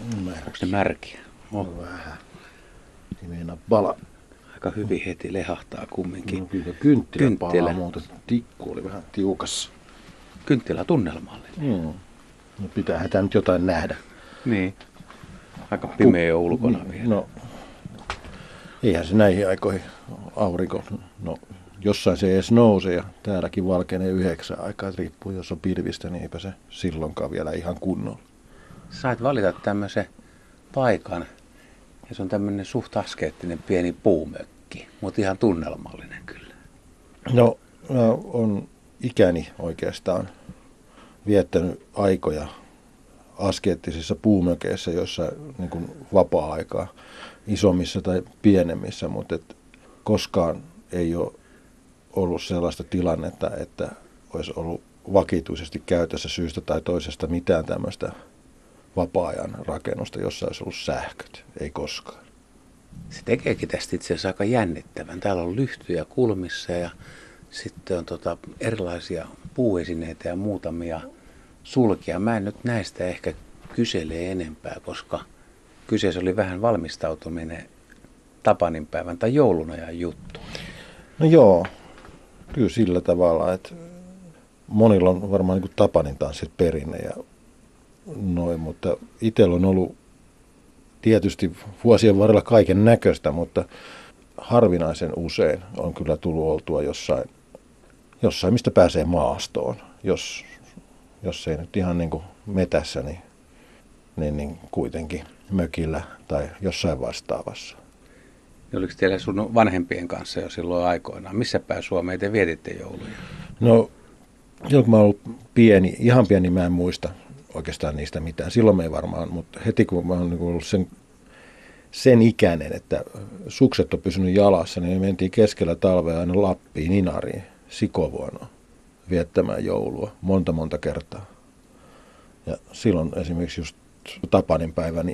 Onko ne märkiä? No vähän. Ei meinaa pala. Aika hyvin heti lehahtaa kumminkin. No kyllä kynttilä palaa, mutta tikku oli vähän tiukassa. Kynttilä tunnelmallinen. No pitäähän tää nyt jotain nähdä. Niin. Aika pimeä ulkona vielä. No, eihän se näihin aikoihin aurinko. No, jossain se edes nousee ja täälläkin valkenee 9 aikaa. Riippuu, jos on pilvistä, niin eipä se silloinkaan vielä ihan kunnolla. Sait valita tämmöisen paikan. Ja se on tämmöinen suht askeettinen pieni puumökki, mutta ihan tunnelmallinen kyllä. No, mä on ikäni oikeastaan viettänyt aikoja askeettisissa puumökeissä, joissa niin kuin vapaa-aikaa, isommissa tai pienemmissä, mutta koskaan ei ole ollut sellaista tilannetta, että olisi ollut vakituisesti käytössä syystä tai toisesta mitään tämmöistä vapaa-ajan rakennusta, jossa olisi ollut sähköt. Ei koskaan. Se tekeekin tästä itse asiassa aika jännittävän. Täällä on lyhtyjä kulmissa ja sitten on erilaisia puuesineitä ja muutamia sulkia. Mä en nyt näistä ehkä kysele enempää, koska kyseessä oli vähän valmistautuminen Tapaninpäivän tai joulunajan juttu. No joo, kyllä sillä tavalla, että monilla on varmaan niin kuin Tapanin tanssit perinne ja noin, mutta itsellä on ollut tietysti vuosien varrella kaiken näköistä, mutta harvinaisen usein on kyllä tullut oltua jossain mistä pääsee maastoon. Jos ei nyt ihan niin kuin metässä, niin kuitenkin mökillä tai jossain vastaavassa. Oliko teillä sun vanhempien kanssa jo silloin aikoinaan? Missä päin Suomeen te vietitte jouluja? No, silloin kun mä oon ollut pieni, ihan pieni, mä en muista oikeastaan niistä mitään. Silloin me ei varmaan, mutta heti kun mä oon ollut sen ikäinen, että sukset on pysynyt jalassa, niin me mentiin keskellä talvea aina Lappiin, Inariin, Sikovuonoon viettämään joulua monta kertaa. Ja silloin esimerkiksi just Tapanin päivä,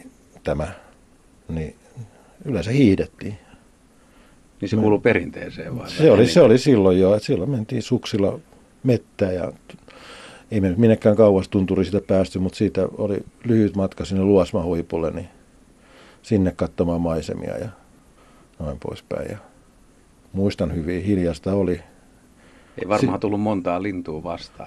niin yleensä hiihdettiin. Niin se kuului perinteeseen vai? Se oli silloin jo, että silloin mentiin suksilla mettään ja ei me nyt minnekään kauas tunturi sitä päästy, mutta siitä oli lyhyt matka sinne Luosman huipulle, niin sinne katsomaan maisemia ja noin poispäin. Ja muistan hyvin, hiljasta oli. Ei varmaan tullut montaa lintua vastaan.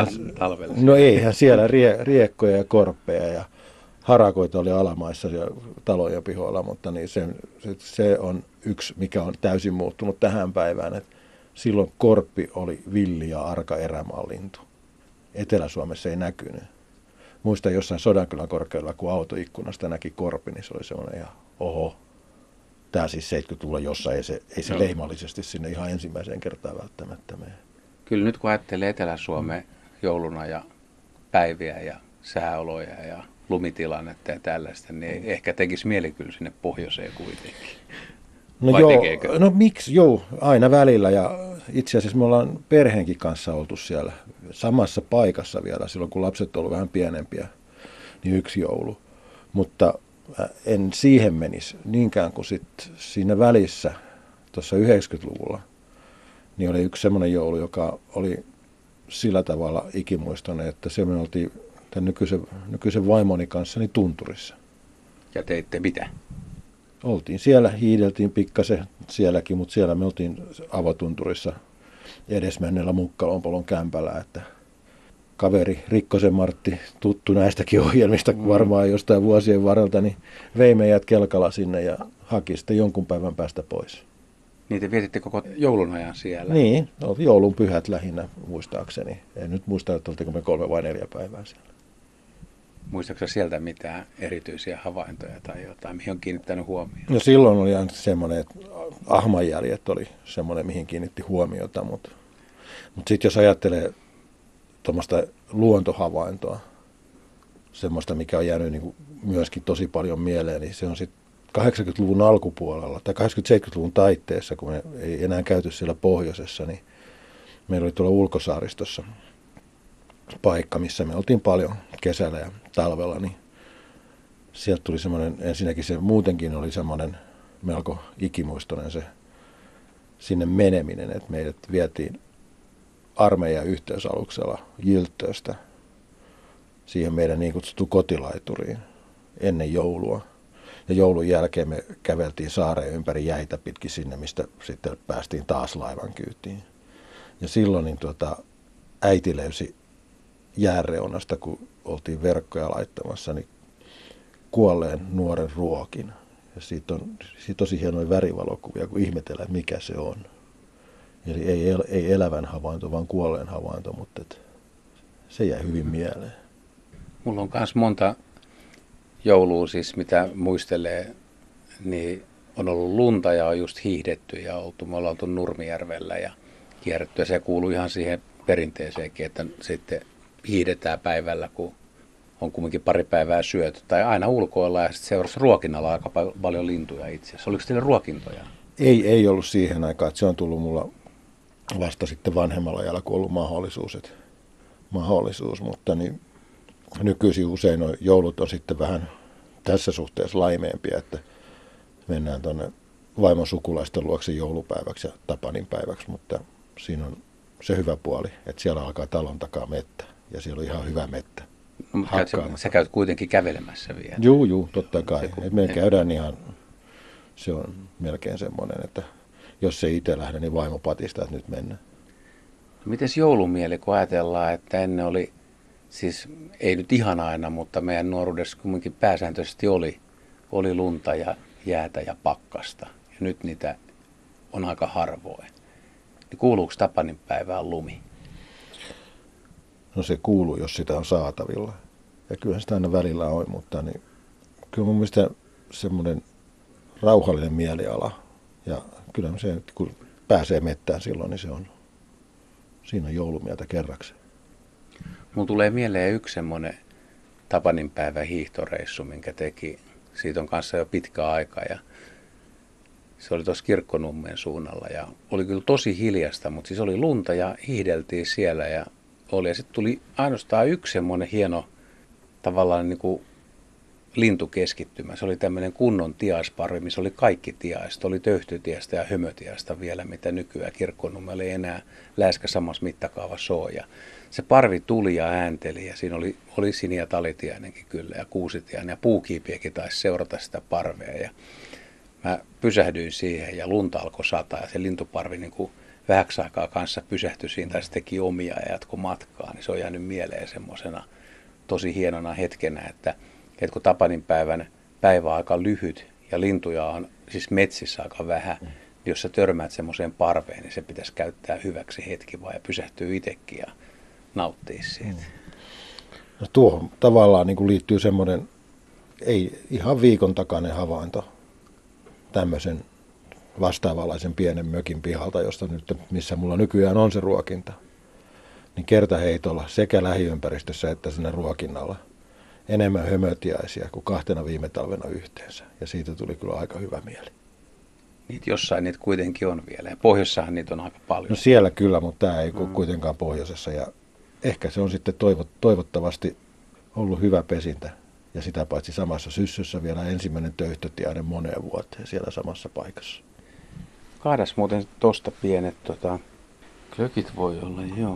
No eihän siellä riekkoja ja korppeja ja harakoita oli alamaissa ja talojen pihoilla, mutta niin se on yksi, mikä on täysin muuttunut tähän päivään. Että silloin korppi oli villi ja arka erämaallintu. Etelä-Suomessa ei näkynyt. Muistan jossain Sodankylän korkeudella, kun autoikkunasta näki korpi, niin se oli semmoinen ihan oho. Tämä siis 70-luvulla jossain, ei se leimallisesti sinne ihan ensimmäiseen kertaan välttämättä mene. Kyllä nyt kun ajattelee Etelä-Suomen jouluna ja päiviä ja sääoloja ja lumitilannetta ja tällaista, niin ehkä tekisi mieli kyllä sinne pohjoiseen kuitenkin. No vai joo, tekeekö? no miksi? Joo, aina välillä ja itse asiassa me ollaan perheenkin kanssa oltu siellä samassa paikassa vielä silloin, kun lapset olivat vähän pienempiä, niin yksi joulu. Mutta en siihen menisi niinkään kuin sitten siinä välissä, tuossa 90-luvulla, niin oli yksi semmoinen joulu, joka oli sillä tavalla ikimuistoinen, että se me oltiin tämän nykyisen vaimoni kanssa niin tunturissa. Ja teitte mitä? Oltiin siellä, hiideltiin pikkasen sielläkin, mutta siellä me oltiin avotunturissa edesmenneellä Mukkalompolon kämpällä, että kaveri Rikkosen Martti, tuttu näistäkin ohjelmista varmaan jostain vuosien varrelta, niin vei meidät kelkalla sinne ja haki sitten jonkun päivän päästä pois. Niin te vietitte koko joulun ajan siellä? Niin, joulun pyhät lähinnä muistaakseni. En nyt muista, että oltiinko me 3 vai 4 päivää siellä. Muistatko sieltä mitään erityisiä havaintoja tai jotain, mihin on kiinnittänyt huomioon? No silloin oli semmoinen, että ahmanjäljet oli semmoinen, mihin kiinnitti huomiota, mutta sitten jos ajattelee tuommoista luontohavaintoa, semmoista, mikä on jäänyt niin kuin myöskin tosi paljon mieleen, niin se on sitten 80-luvun alkupuolella tai 80-70-luvun taitteessa, kun me ei enää käyty siellä pohjoisessa, niin meillä oli tuolla Ulkosaaristossa paikka, missä me oltiin paljon kesällä ja talvella, niin sieltä tuli semmoinen, ensinnäkin se muutenkin oli semmoinen melko ikimuistoinen se sinne meneminen, että meidät vietiin armeijan yhteysaluksella Jylttöstä siihen meidän niin kutsuttuun kotilaituriin. ennen joulua. Ja joulun jälkeen me käveltiin saareen ympäri jäitä pitkin sinne, mistä sitten päästiin taas laivan kyytiin. Ja silloin niin äiti löysi jääreunasta, kun oltiin verkkoja laittamassa, niin kuolleen nuoren ruokin. Ja siitä on tosi hienoja värivalokuvia, kun ihmetellään, mikä se on. Eli ei elävän havainto, vaan kuolleen havainto, mutta se jäi hyvin mieleen. Mulla on myös monta joulua, siis mitä muistelee, niin on ollut lunta ja on just hiihdetty ja me ollaan oltu Nurmijärvellä ja kierretty. Ja se kuuluu ihan siihen perinteeseenkin, että sitten hiihdetään päivällä, kun on kumminkin pari päivää syöty. Tai aina ulkoilla ja sitten seurassa ruokinnalla aika paljon lintuja itse asiassa. Oliko teillä ruokintoja? Ei ollut siihen aikaan, että se on tullut mulla vasta sitten vanhemmalla ajalla, kun on ollut mahdollisuus, mutta niin nykyisin usein nuo joulut on sitten vähän tässä suhteessa laimeempia, että mennään tuonne vaimon sukulaisten luokse joulupäiväksi ja Tapanin päiväksi, mutta siinä on se hyvä puoli, että siellä alkaa talon takaa mettä ja siellä on ihan hyvä mettä. No, sä käyt kuitenkin kävelemässä vielä. Joo, totta kai. Me käydään ihan, se on melkein semmoinen, että jos ei itse lähde, niin vaimo patistaa, että nyt mennään. No, mites joulumieli, kun ajatellaan, että ennen oli, siis ei nyt ihan aina, mutta meidän nuoruudessa kumminkin pääsääntöisesti oli lunta ja jäätä ja pakkasta. Ja nyt niitä on aika harvoin. Niin kuuluuko Tapanin päivään lumi? No se kuuluu, jos sitä on saatavilla. Ja kyllähän sitä aina välillä on, mutta niin, kyllä mun mielestä semmoinen rauhallinen mieliala. Ja kyllä se, kun pääsee mettään silloin, niin siinä on joulumieltä kerrakseen. Mulla tulee mieleen yksi semmoinen Tapanin päivän hiihtoreissu, minkä teki. Siitä on kanssa jo pitkä aika ja se oli tuossa Kirkkonummen suunnalla ja oli kyllä tosi hiljasta, mutta siis oli lunta ja hiihdeltiin siellä ja sitten tuli ainoastaan yksi semmoinen hieno tavallaan niin kuin lintukeskittymä. Se oli tämmöinen kunnon tiaisparvi, missä oli kaikki tiaista. Oli töyhtytiasta ja hömötiasta vielä, mitä nykyään Kirkkonummella ei enää läheskään samassa mittakaavassa ole. Ja se parvi tuli ja äänteli ja siinä oli sini- ja talitiainenkin kyllä ja kuusitiainen ja puukiipiäkin taisi seurata sitä parvea. Ja mä pysähdyin siihen ja lunta alkoi sataa ja se lintuparvi niin kuin vähäksi aikaa kanssa pysähtyi siinä tai se teki omia ja jatkoi matkaa. Niin se on jäänyt mieleen semmoisena tosi hienona hetkenä, että kun Tapanin päivä on aika lyhyt ja lintuja on siis metsissä aika vähän, niin jos sä törmäät semmoiseen parveen, niin se pitäisi käyttää hyväksi hetki vaan ja pysähtyy itsekin ja nauttia siitä. No tuohon tavallaan niin kuin liittyy semmoinen, ei ihan viikon takainen havainto tämmöisen vastaavanlaisen pienen mökin pihalta, josta nyt, missä mulla nykyään on se ruokinta, niin kertaheitolla sekä lähiympäristössä että siinä ruokinnalla enemmän hömötiaisia kuin 2 viime talvena yhteensä. Ja siitä tuli kyllä aika hyvä mieli. Jossain niitä kuitenkin on vielä. Ja pohjoissahan niitä on aika paljon. No siellä kyllä, mutta tämä ei kuitenkaan pohjoisessa. Ja ehkä se on sitten toivottavasti ollut hyvä pesintä. Ja sitä paitsi samassa syssyssä vielä ensimmäinen töyhtötiainen moneen vuoteen siellä samassa paikassa. Kaadas muuten tosta pienet klökit voi olla, joo.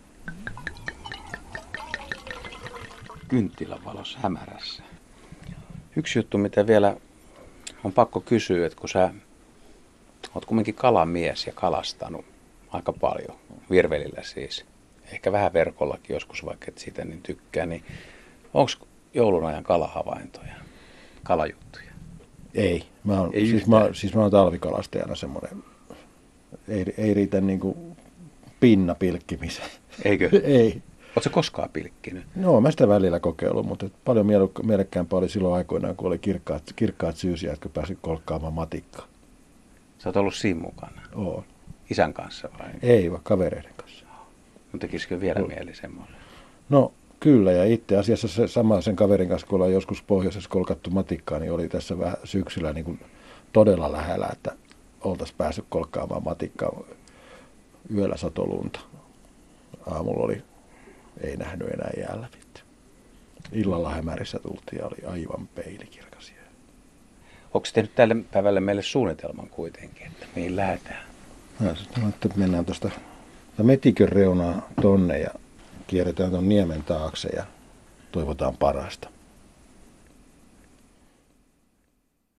Kynttilävalossa hämärässä. Yksi juttu, mitä vielä on pakko kysyä, että kun sä oot kumminkin kalamies ja kalastanut aika paljon, virvelillä siis, ehkä vähän verkollakin joskus, vaikka et siitä niin tykkää, niin onko joulun ajan kalahavaintoja, kalajuttuja? Ei. Mä oon talvikalastajana semmoinen, ei riitä niinku pinna pilkkimiseen. Eikö? Ei. Oletko koskaan pilkkinyt? No, mä sitä välillä kokeillut, mutta paljon mielekkäämpää oli silloin aikoinaan, kun oli kirkkaat syysjäät, kun pääsi kolkkaamaan matikkaa. Sä oot ollut siinä mukana? Oon. Isän kanssa vai? Ei, vaan kavereiden kanssa. No tekisikö vielä mieli semmoinen? No kyllä, ja itse asiassa sen kaverin kanssa, kun ollaan joskus pohjoisessa kolkattu matikkaa, niin oli tässä vähän syksyllä niin kuin todella lähellä, että oltaisiin päässyt kolkkaamaan matikkaa. Yöllä satoi lunta. Aamulla ei nähnyt enää jäällä. Illalla hämärissä tultiin ja oli aivan peilikirkas. Onko se tehnyt tälle päivälle meille suunnitelman kuitenkin, että mihin lähdetään? Että mennään tuosta metikön reunaa tonne ja kierretään tuon niemen taakse ja toivotaan parasta.